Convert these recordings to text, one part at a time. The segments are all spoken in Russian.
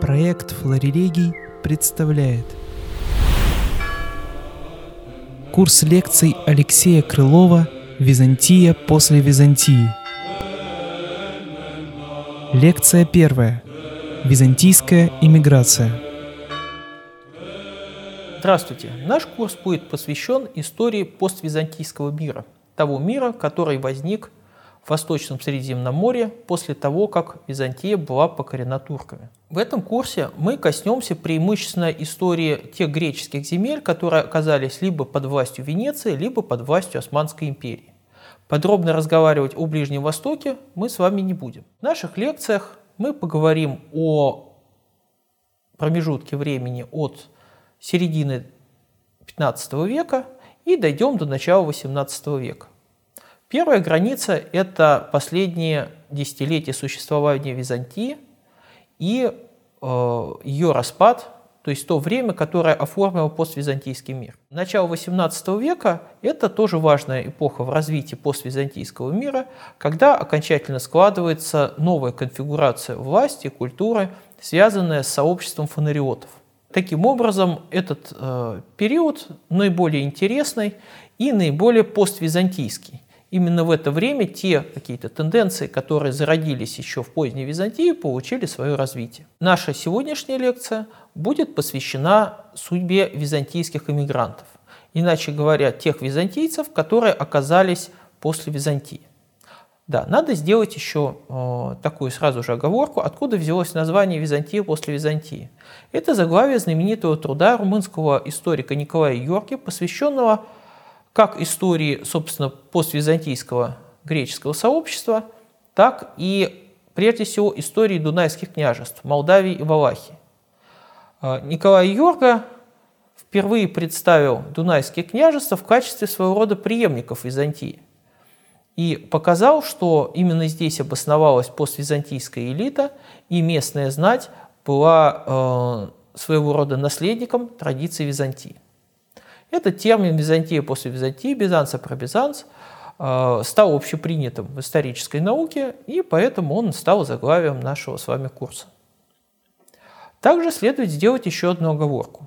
Проект «Флорелегий» представляет курс лекций Алексея Крылова «Византия после Византии». Лекция первая. Византийская иммиграция. Здравствуйте! Наш курс будет посвящен истории поствизантийского мира, того мира, который возник в Восточном Средиземноморье после того, как Византия была покорена турками. В этом курсе мы коснемся преимущественно истории тех греческих земель, которые оказались либо под властью Венеции, либо под властью Османской империи. Подробно разговаривать о Ближнем Востоке мы с вами не будем. В наших лекциях мы поговорим о промежутке времени от середины XV века и дойдем до начала XVIII века. Первая граница – это последние десятилетия существования Византии и ее распад, то есть то время, которое оформило поствизантийский мир. Начало XVIII века – это тоже важная эпоха в развитии поствизантийского мира, когда окончательно складывается новая конфигурация власти и культуры, связанная с сообществом фонариотов. Таким образом, этот период наиболее интересный и наиболее поствизантийский. Именно в это время те какие-то тенденции, которые зародились еще в поздней Византии, получили свое развитие. Наша сегодняшняя лекция будет посвящена судьбе византийских эмигрантов. Иначе говоря, тех византийцев, которые оказались после Византии. Да, надо сделать еще такую сразу же оговорку, откуда взялось название «Византия после Византии». Это заглавие знаменитого труда румынского историка Николая Йорги, посвященного как истории, собственно, поствизантийского греческого сообщества, так и, прежде всего, истории дунайских княжеств Молдавии и Валахии. Николай Йорга впервые представил дунайские княжества в качестве своего рода преемников Византии и показал, что именно здесь обосновалась поствизантийская элита, и местная знать была своего рода наследником традиций Византии. Этот термин «Византия после Византии», «Бизанца про Бизанц» стал общепринятым в исторической науке, и поэтому он стал заглавием нашего с вами курса. Также следует сделать еще одну оговорку.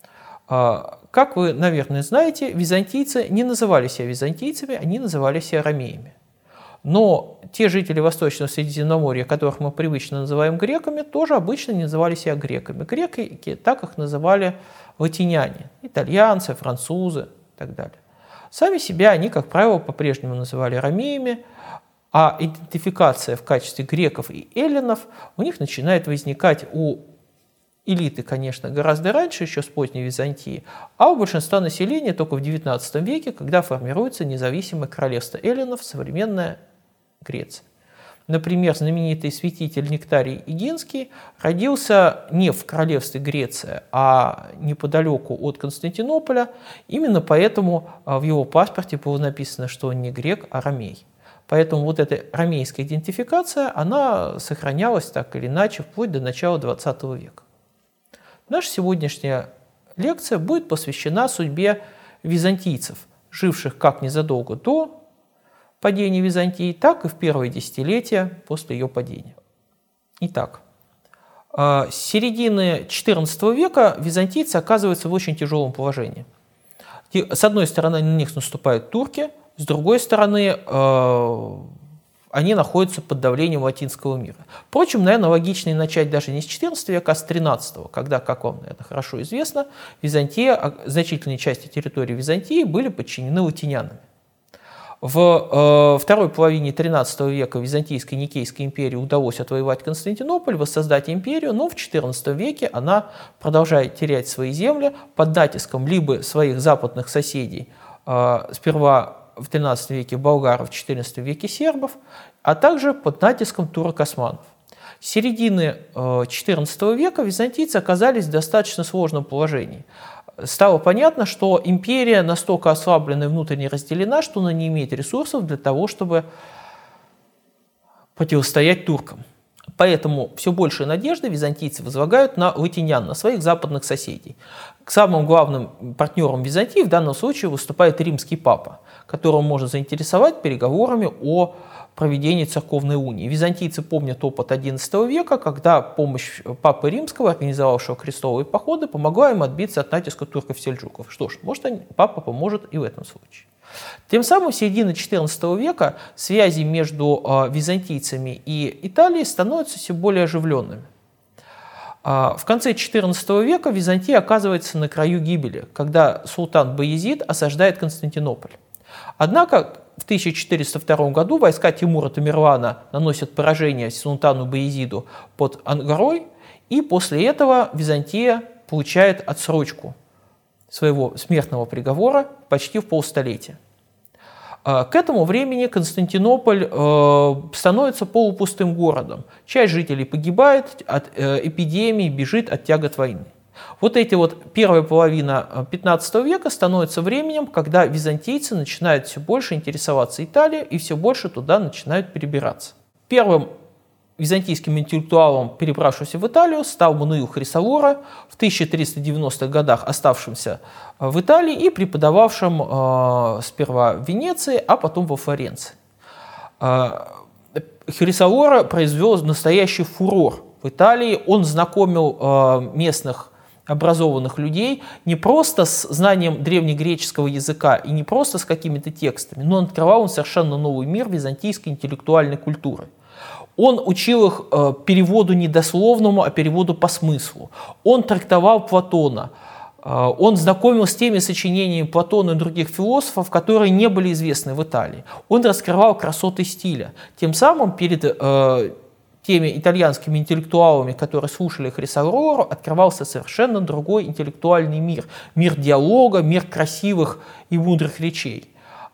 Как вы, наверное, знаете, византийцы не называли себя византийцами, они называли себя ромеями. Но те жители Восточного Средиземноморья, которых мы привычно называем греками, тоже обычно не называли себя греками. Греки, так их называли латиняне, итальянцы, французы и так далее. Сами себя они, как правило, по-прежнему называли ромеями, а идентификация в качестве греков и эллинов у них начинает возникать у элиты, конечно, гораздо раньше, еще с поздней Византии, а у большинства населения только в XIX веке, когда формируется независимое королевство эллинов, современная Греция. Например, знаменитый святитель Нектарий Эгинский родился не в королевстве Греция, а неподалеку от Константинополя. Именно поэтому в его паспорте было написано, что он не грек, а ромей. Поэтому вот эта ромейская идентификация, она сохранялась так или иначе вплоть до начала XX века. Наша сегодняшняя лекция будет посвящена судьбе византийцев, живших как незадолго до падения Византии, так и в первые десятилетия после ее падения. Итак, с середины XIV века византийцы оказываются в очень тяжелом положении. С одной стороны, на них наступают турки, с другой стороны, они находятся под давлением латинского мира. Впрочем, наверное, логично начать даже не с XIV века, а с XIII, когда, как вам это хорошо известно, Византия, значительные части территории Византии были подчинены латинянами. В второй половине XIII века Византийской Никейской империи удалось отвоевать Константинополь, воссоздать империю, но в XIV веке она продолжает терять свои земли под натиском либо своих западных соседей, сперва в XIII веке болгаров, в XIV веке сербов, а также под натиском турок-османов. С середины XIV века византийцы оказались в достаточно сложном положении. Стало понятно, что империя настолько ослаблена и внутренне разделена, что она не имеет ресурсов для того, чтобы противостоять туркам. Поэтому все большие надежды византийцы возлагают на латинян, на своих западных соседей. Самым главным партнером Византии в данном случае выступает римский папа, которого можно заинтересовать переговорами о проведения церковной унии. Византийцы помнят опыт XI века, когда помощь Папы Римского, организовавшего крестовые походы, помогла им отбиться от натиска турков-сельджуков. Что ж, может, Папа поможет и в этом случае. Тем самым в середине XIV века связи между византийцами и Италией становятся все более оживленными. В конце XIV века Византия оказывается на краю гибели, когда султан Баязид осаждает Константинополь. Однако в 1402 году войска Тимура Тамерлана наносят поражение султану Баязиду под Ангарой, и после этого Византия получает отсрочку своего смертного приговора почти в полстолетия. К этому времени Константинополь становится полупустым городом. Часть жителей погибает от эпидемии, бежит от тягот войны. Вот эти вот первая половина XV века становится временем, когда византийцы начинают все больше интересоваться Италией и все больше туда начинают перебираться. Первым византийским интеллектуалом, перебравшимся в Италию, стал Мануил Хрисолоро, в 1390-х годах оставшимся в Италии и преподававшим сперва в Венеции, а потом во Флоренции. Хрисолоро произвел настоящий фурор в Италии. Он знакомил местных образованных людей не просто с знанием древнегреческого языка и не просто с какими-то текстами, но он открывал им совершенно новый мир византийской интеллектуальной культуры. Он учил их переводу не дословному, а переводу по смыслу. Он трактовал Платона. Он знакомил с теми сочинениями Платона и других философов, которые не были известны в Италии. Он раскрывал красоты стиля. Тем самым перед теми итальянскими интеллектуалами, которые слушали Хрисолоро, открывался совершенно другой интеллектуальный мир. Мир диалога, мир красивых и мудрых речей.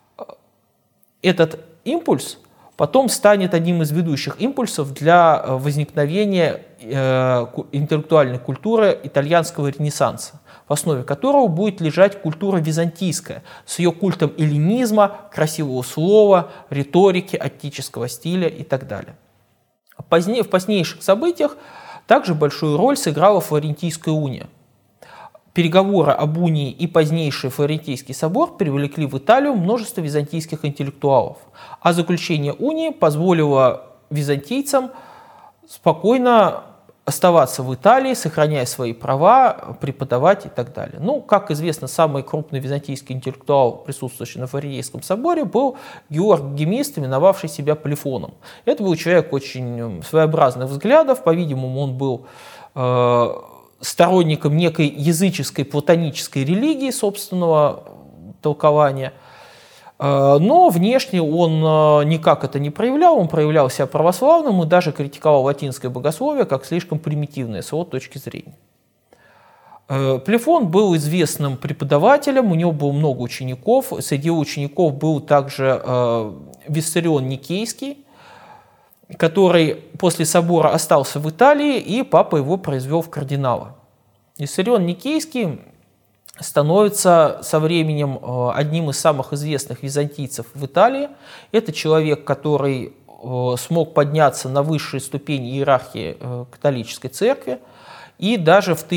Этот импульс потом станет одним из ведущих импульсов для возникновения интеллектуальной культуры итальянского Ренессанса, в основе которого будет лежать культура византийская, с ее культом эллинизма, красивого слова, риторики, аттического стиля и так далее. В позднейших событиях также большую роль сыграла Флорентийская уния. Переговоры об унии и позднейший Флорентийский собор привлекли в Италию множество византийских интеллектуалов, а заключение унии позволило византийцам спокойно оставаться в Италии, сохраняя свои права, преподавать и так далее. Ну, как известно, самый крупный византийский интеллектуал, присутствующий на Флорентийском соборе, был Георг Гемист, именовавший себя Полифоном. Это был человек очень своеобразных взглядов, по-видимому, он был сторонником некой языческой платонической религии собственного толкования, но внешне он никак это не проявлял, он проявлял себя православным и даже критиковал латинское богословие как слишком примитивное с его точки зрения. Полифон был известным преподавателем, у него было много учеников, среди учеников был также Виссарион Никейский, который после собора остался в Италии, и папа его произвел в кардинала. Виссарион Никейский становится со временем одним из самых известных византийцев в Италии. Это человек, который смог подняться на высшие ступени иерархии католической церкви, и даже в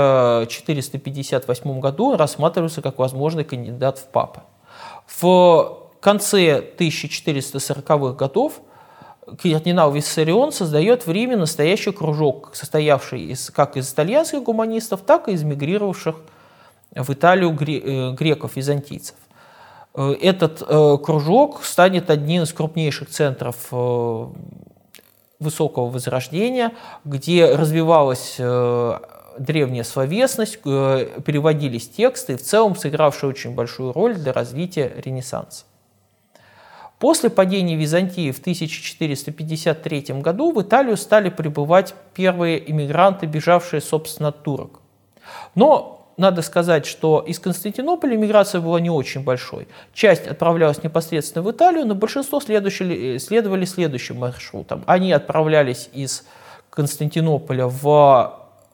1458 году рассматривался как возможный кандидат в папы. В конце 1440-х годов кардинал Виссарион создает в Риме настоящий кружок, состоявший как из итальянских гуманистов, так и из мигрировавших в Италию греков-византийцев. Этот кружок станет одним из крупнейших центров высокого возрождения, где развивалась древняя словесность, переводились тексты, и в целом сыгравший очень большую роль для развития Ренессанса. После падения Византии в 1453 году в Италию стали прибывать первые иммигранты, бежавшие, собственно, от турок. Но надо сказать, что из Константинополя миграция была не очень большой. Часть отправлялась непосредственно в Италию, но большинство следовали следующим маршрутом. Они отправлялись из Константинополя в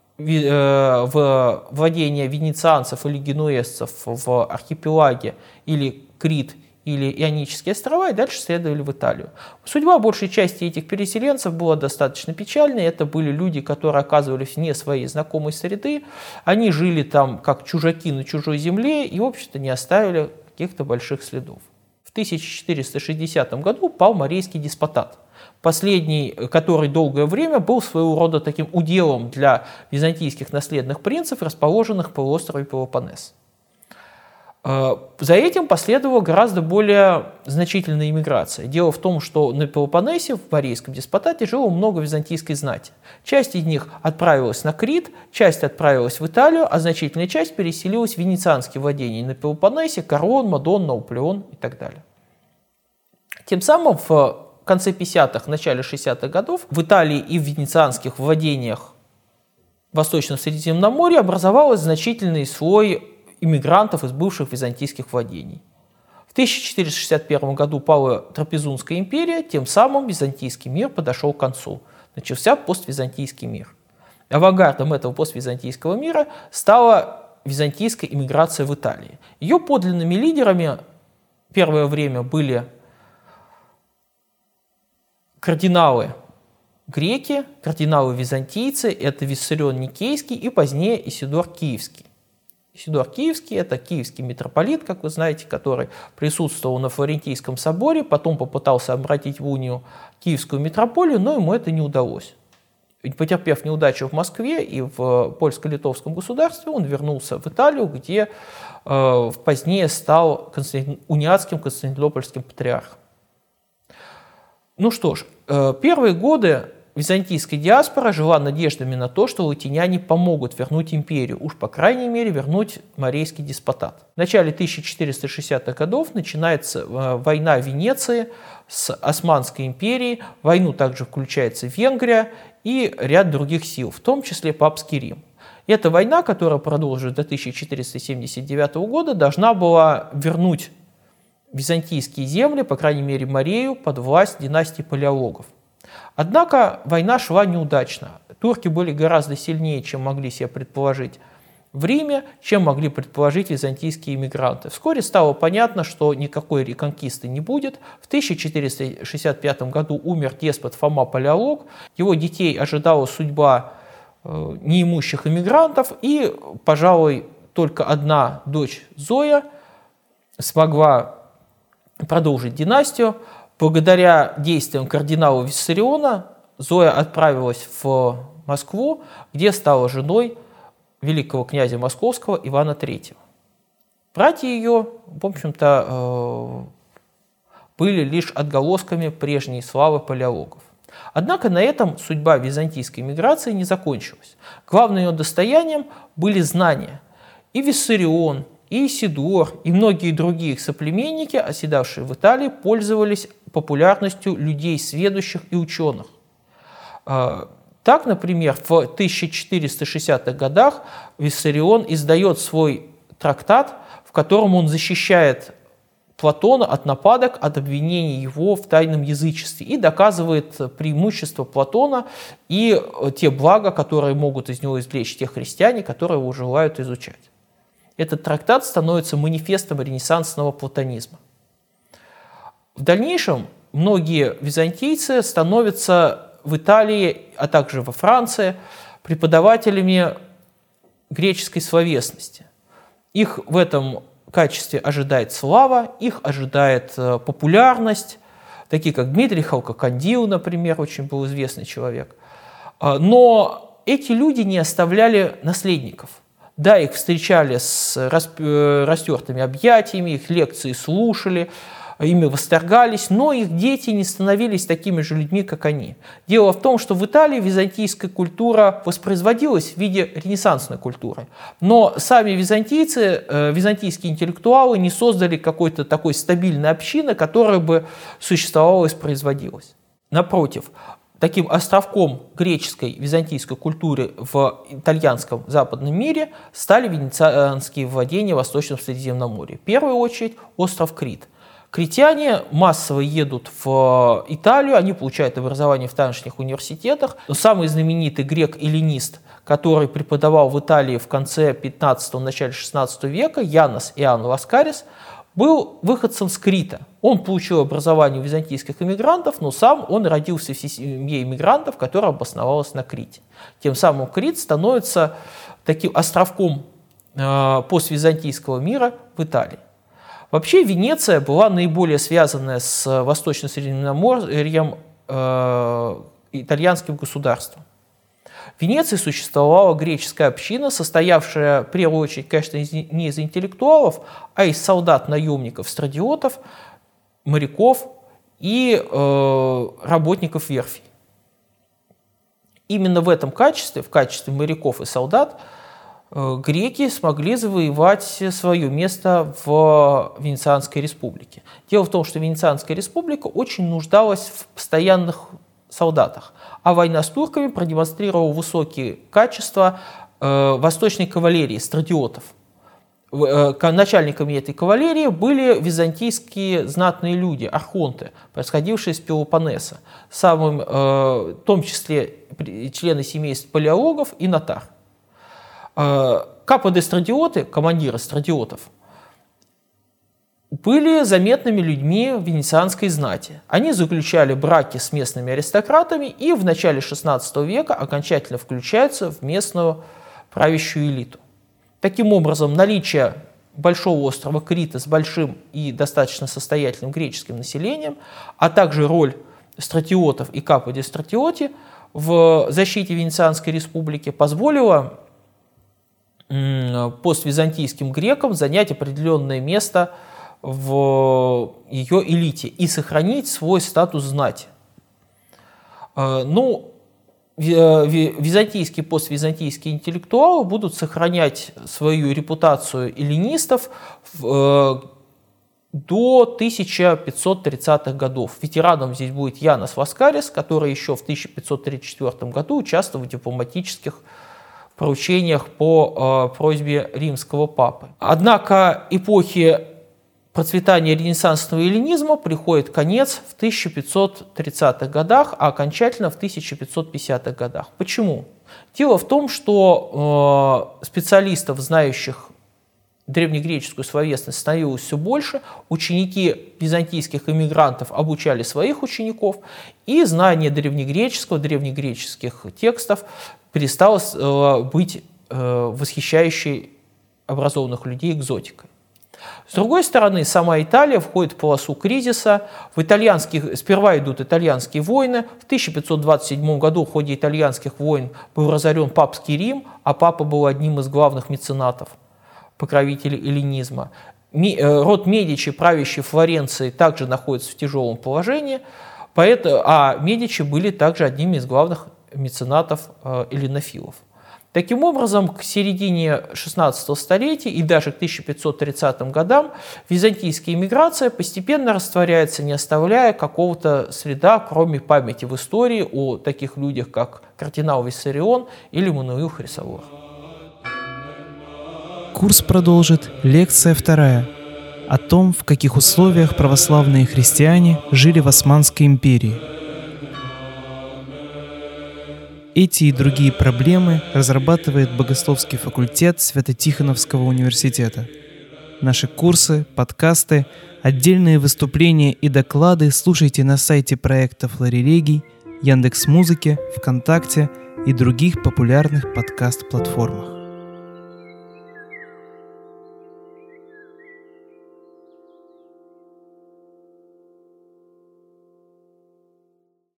владения венецианцев или генуэзцев в архипелаге или Крит, или Ионические острова, и дальше следовали в Италию. Судьба большей части этих переселенцев была достаточно печальной. Это были люди, которые оказывались вне своей знакомой среды. Они жили там как чужаки на чужой земле и, в общем-то, не оставили каких-то больших следов. В 1460 году пал Марейский деспотат. Последний, который долгое время был своего рода таким уделом для византийских наследных принцев, расположенных в полуострове Пелопоннес. За этим последовала гораздо более значительная иммиграция. Дело в том, что на Пелопоннесе, в Марейском деспотате, жило много византийской знати. Часть из них отправилась на Крит, часть отправилась в Италию, а значительная часть переселилась в венецианские владения на Пелопоннесе: Карон, Мадон, Науплеон и так далее. Тем самым в конце 50-х, начале 60-х годов в Италии и в венецианских владениях Восточного Средиземноморья образовался значительный слой иммигрантов из бывших византийских владений. В 1461 году пала Трапезунская империя, тем самым византийский мир подошел к концу. Начался поствизантийский мир. Авангардом этого поствизантийского мира стала византийская иммиграция в Италии. Ее подлинными лидерами первое время были кардиналы греки, кардиналы-византийцы, это Виссарион Никейский и позднее Исидор Киевский. Исидор Киевский – это киевский митрополит, как вы знаете, который присутствовал на Флорентийском соборе, потом попытался обратить в унию Киевскую митрополию, но ему это не удалось. Потерпев неудачу в Москве и в польско-литовском государстве, он вернулся в Италию, где позднее стал униатским константинопольским патриархом. Ну что ж, первые годы византийская диаспора жила надеждами на то, что латиняне помогут вернуть империю, уж по крайней мере вернуть Марейский деспотат. В начале 1460-х годов начинается война Венеции с Османской империей, в войну также включается Венгрия и ряд других сил, в том числе Папский Рим. Эта война, которая продолжилась до 1479 года, должна была вернуть византийские земли, по крайней мере Марею, под власть династии Палеологов. Однако война шла неудачно. Турки были гораздо сильнее, чем могли себе предположить в Риме, чем могли предположить византийские иммигранты. Вскоре стало понятно, что никакой реконкисты не будет. В 1465 году умер деспот Фома Палеолог. Его детей ожидала судьба неимущих иммигрантов, и, пожалуй, только одна дочь Зоя смогла продолжить династию. Благодаря действиям кардинала Виссариона Зоя отправилась в Москву, где стала женой великого князя Московского Ивана III. Братья ее, в общем-то, были лишь отголосками прежней славы палеологов. Однако на этом судьба византийской миграции не закончилась. Главным ее достоянием были знания. И Виссарион, и Исидор, и многие другие их соплеменники, оседавшие в Италии, пользовались популярностью людей сведущих и ученых. Так, например, в 1460-х годах Виссарион издает свой трактат, в котором он защищает Платона от нападок, от обвинений его в тайном язычестве и доказывает преимущество Платона и те блага, которые могут из него извлечь те христиане, которые его желают изучать. Этот трактат становится манифестом ренессансного платонизма. В дальнейшем многие византийцы становятся в Италии, а также во Франции, преподавателями греческой словесности. Их в этом качестве ожидает слава, их ожидает популярность, такие как Дмитрий Халкокандил, например, очень был известный человек. Но эти люди не оставляли наследников. Да, их встречали с растертыми объятиями, их лекции слушали, ими восторгались, но их дети не становились такими же людьми, как они. Дело в том, что в Италии византийская культура воспроизводилась в виде ренессансной культуры, но сами византийцы, византийские интеллектуалы не создали какой-то такой стабильной общины, которая бы существовала и воспроизводилась. Напротив, таким островком греческой византийской культуры в итальянском западном мире стали венецианские владения в Восточном Средиземноморье. В первую очередь остров Крит. Критяне массово едут в Италию, они получают образование в тамошних университетах. Но самый знаменитый грек-эллинист, который преподавал в Италии в конце 15-го, начале 16 века, Янос Иоанн Ласкарис, был выходцем с Крита. Он получил образование у византийских иммигрантов, но сам он родился в семье иммигрантов, которая обосновалась на Крите. Тем самым Крит становится таким островком поствизантийского мира в Италии. Вообще Венеция была наиболее связанная с Восточно-Средиземноморьем итальянским государством. В Венеции существовала греческая община, состоявшая, в первую очередь, конечно, не из интеллектуалов, а из солдат, наемников, страдиотов, моряков и работников верфей. Именно в этом качестве, в качестве моряков и солдат, греки смогли завоевать свое место в Венецианской республике. Дело в том, что Венецианская республика очень нуждалась в постоянных солдатах, а война с турками продемонстрировала высокие качества восточной кавалерии, страдиотов. Начальниками этой кавалерии были византийские знатные люди, архонты, происходившие из Пелопоннеса, в том числе члены семейств палеологов и нотар. Капо-де-страдиоты, командиры страдиотов, были заметными людьми венецианской знати. Они заключали браки с местными аристократами и в начале XVI века окончательно включаются в местную правящую элиту. Таким образом, наличие большого острова Крита с большим и достаточно состоятельным греческим населением, а также роль стратиотов и капо-де-стратиоти в защите Венецианской республики позволила поствизантийским грекам занять определенное место в ее элите и сохранить свой статус знати. Византийские, поствизантийские интеллектуалы будут сохранять свою репутацию эллинистов до 1530-х годов. Ветераном здесь будет Янос Ласкарис, который еще в 1534 году участвовал в дипломатических поручениях по просьбе римского папы. Однако эпохи процветания ренессансного эллинизма приходит конец в 1530-х годах, а окончательно в 1550-х годах. Почему? Дело в том, что специалистов, знающих древнегреческую словесность, становилось все больше, ученики византийских эмигрантов обучали своих учеников, и знание древнегреческих текстов перестало быть восхищающей образованных людей экзотикой. С другой стороны, сама Италия входит в полосу кризиса. Сперва идут итальянские войны. В 1527 году в ходе итальянских войн был разорен папский Рим, а папа был одним из главных меценатов, покровителей эллинизма. Род Медичи, правящий Флоренцией, также находится в тяжелом положении, а Медичи были также одними из главных меценатов эллинофилов. Таким образом, к середине XVI столетия и даже к 1530 годам византийская эмиграция постепенно растворяется, не оставляя какого-то следа, кроме памяти в истории о таких людях, как кардинал Виссарион или Мануил Хрисовор. Курс продолжит лекция 2 о том, в каких условиях православные христиане жили в Османской империи. Эти и другие проблемы разрабатывает Богословский факультет Свято-Тихоновского университета. Наши курсы, подкасты, отдельные выступления и доклады слушайте на сайте проекта Флорелегий, Яндекс.Музыке, ВКонтакте и других популярных подкаст-платформах.